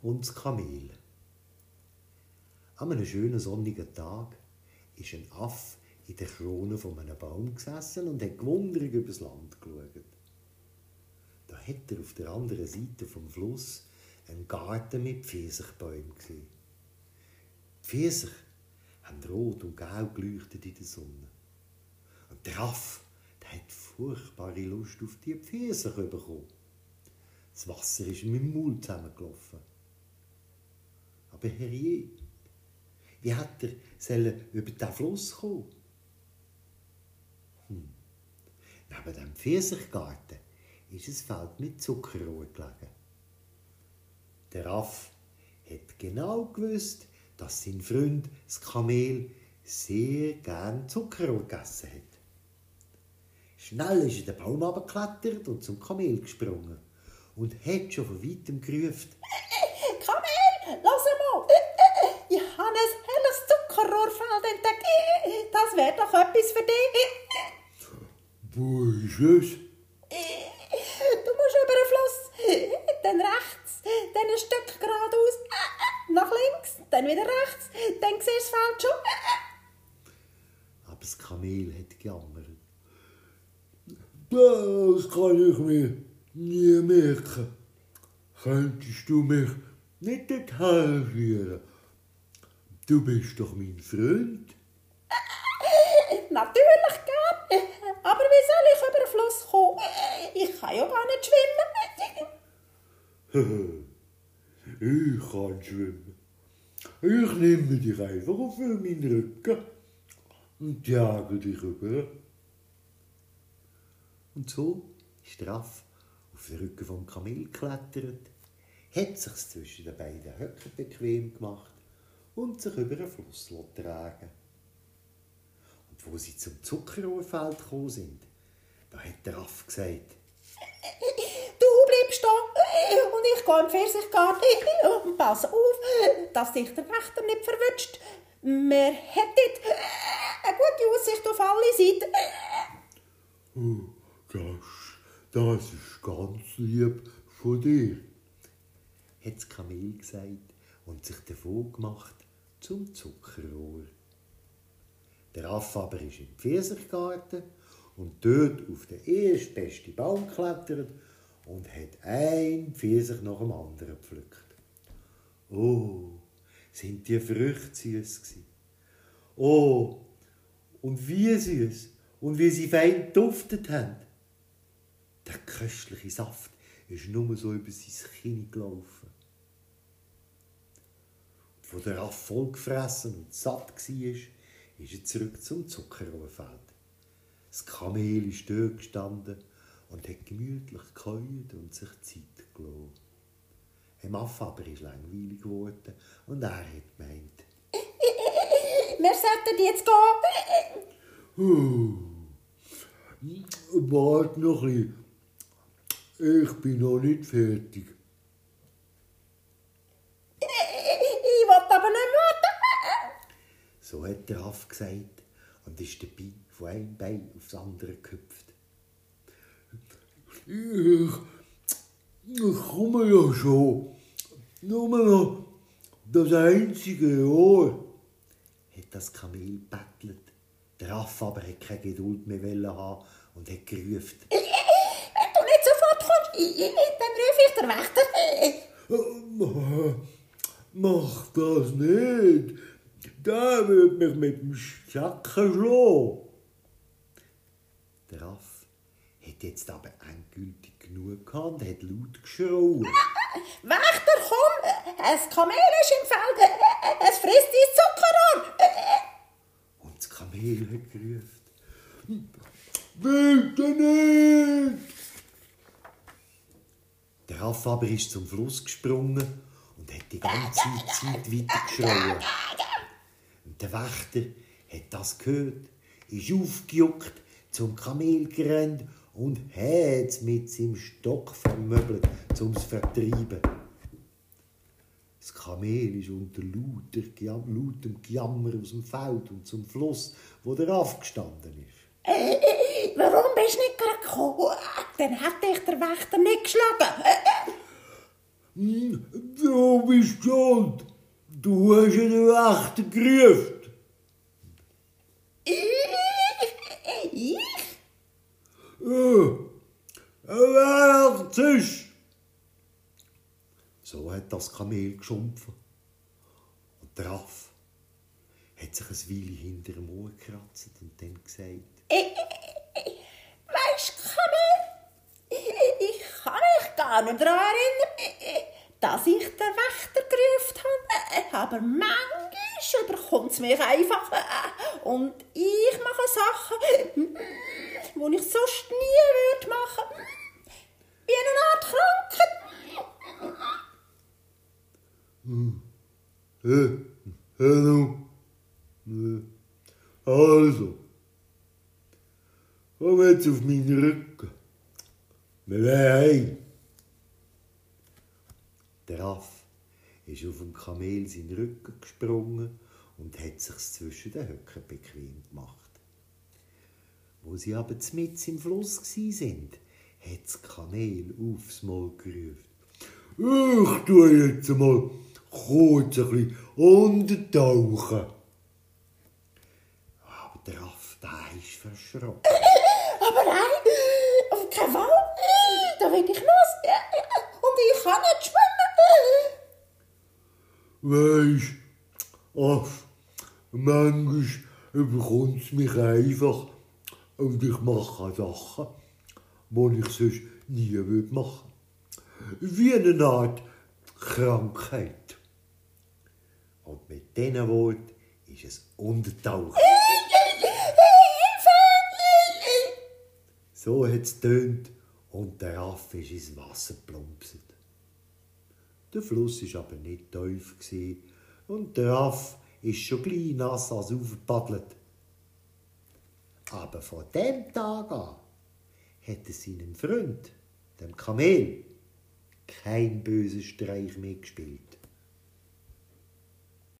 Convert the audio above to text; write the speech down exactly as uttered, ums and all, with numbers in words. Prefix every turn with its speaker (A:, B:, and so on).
A: und das Kamel. An einem schönen sonnigen Tag ist ein Affe in der Krone von einem Baum gesessen und hat gewundert über das Land geschaut. Da hat er auf der anderen Seite vom Fluss einen Garten mit Pfirsichbäumen gesehen. Die Pfirsiche haben rot und gelb geleuchtet in der Sonne. Und der Affe, der hat furchtbare Lust auf die Pfirsiche bekommen. Das Wasser ist mit dem Maul zusammengelaufen. Aber herrje, wie hat er sollen über den Fluss kommen? Hm. Neben dem Pfirsichgarten ist ein Feld mit Zuckerrohr gelegen. Der Affe hat genau gewusst, dass sein Freund, das Kamel, sehr gern Zuckerrohr gegessen hat. Schnell ist er den Baum herabgeklettert und zum Kamel gesprungen und hat schon von weitem gerufen:
B: Kamel, lass mal! Ich habe ein helles Zuckerrohrfeld entdeckt. Das wäre doch etwas für dich.
A: Wo ist es?
B: Du musst über den Fluss, dann rechts, dann ein Stück geradeaus, nach links, dann wieder rechts, dann siehst du das Feld schon.
A: Aber das Kamel hat gejammert. Das kann ich mir nie merken. Könntest du mich nicht dorthin führen? Du bist doch mein Freund.
B: Natürlich gern. Aber wie soll ich über den Fluss kommen? Ich kann ja gar nicht schwimmen.
A: Ich kann schwimmen. Ich nehme dich einfach auf meinen Rücken und jage dich rüber. Und so ist der Affe auf den Rücken vom Kamel geklettert, hat sich zwischen den beiden Höcken bequem gemacht und sich über den Fluss tragen. Und wo sie zum Zuckerrohrfeld gekommen sind, da hat der Affe gesagt:
B: Du bleibst da und ich gehe im Pfirsichgarten und pass auf, dass dich der Wächter nicht verwünscht. Wir hätten eine gute Aussicht auf alle Seiten.
A: Oh, das, das ist ganz lieb von dir, hat das Kamel gesagt und sich davon gemacht zum Zuckerrohr. Der Affe aber ist im Pfirsichgarten und dort auf den erstbesten Baum geklettert und hat ein Pfirsich nach dem anderen gepflückt. Oh, sind die Früchte süß gsi. Oh, und wie süß und wie sie fein duftet haben. Der köstliche Saft ist nur so über sein Kinn gelaufen. Und wo der Affe vollgefressen und satt war, ist er zurück zum Zuckerrohrfeld. Das Kamel ist dort gestanden und hat gemütlich geheult und sich Zeit gelassen. Dem Affe aber ist langweilig geworden und er hat gemeint:
B: Wir sollten jetzt gehen.
A: Oh, warte noch ein bisschen. Ich bin noch nicht fertig.
B: Ich will aber nicht warten.
A: So hat der Affe gesagt und ist dabei von einem Bein aufs andere gehüpft. Ich, ich komme ja schon. Nur noch das einzige Ohr, hat das Kamel bettelt. Der Affe aber hat keine Geduld mehr haben und hat gerufen:
B: Wenn du nicht sofort kommst, dann rufe ich den Wächter.
A: Mach das nicht. Der wird mich mit dem Schacken schlagen. Der Affe hat jetzt aber endgültig genug gehabt und hat laut geschrien:
B: Wächter, komm! Ein Kamel ist im Feld! Es frisst dein Zuckerrohr!
A: Und das Kamel hat gerufen: Bitte nicht! Der Affe aber ist zum Fluss gesprungen und hat die ganze Zeit weiter geschrien. Und der Wächter hat das gehört, ist aufgejuckt, zum Kamel gerannt und hat es mit seinem Stock vermöbelt, um es zu vertreiben. Das Kamel ist unter lauter, lautem Gejammer aus dem Feld und zum Fluss, wo der Affe gestanden ist.
B: Äh, warum bist du nicht gerade gekommen? Dann hätte ich der Wächter nicht geschlagen.
A: Du bist schuld. Du hast den Wächter gerufen.
B: Ich?
A: Ja, wer macht's sonst? So hat das Kamel geschumpfen. Und der Affe hat sich ein Weile hinter dem Ohr gekratzt und dann gesagt:
B: Weisst du, Kamel, ich kann mich gar nicht daran erinnern, dass ich den Wächter gerufen habe. Aber manchmal überkommt es mich einfach. Und ich mache Sachen, die ich sonst nie würde machen. Wie eine Art Krankheit.
A: Hm. Hä? Hallo? Also, komm jetzt auf meinen Rücken. Wir wollen heim. Der Affe ist auf dem Kamel seinen Rücken gesprungen und hat sich zwischen den Höcken bequem gemacht. Wo sie aber mitten im Fluss waren, hat das Kamel aufs Mal gerufen: Ich tue jetzt mal kurz ein bisschen untertauchen. Aber der Affe, der ist verschrocken.
B: Aber nein, auf keinen Fall. Da will ich los. Und ich kann nicht schwimmen.
A: Weisst, Aff, manchmal überkommt es mich einfach und ich mache Sachen, die ich sonst nie machen würde. Wie eine Art Krankheit. Und mit diesen Worten ist es untertaucht. So hat es getönt und der Affe ist ins Wasser plumpset. Der Fluss war aber nicht tief und der Affe ist schon gleich nass als aufgepaddelt. Aber von dem Tag an hat er seinem Freund, dem Kamel, kein bösen Streich mehr gespielt.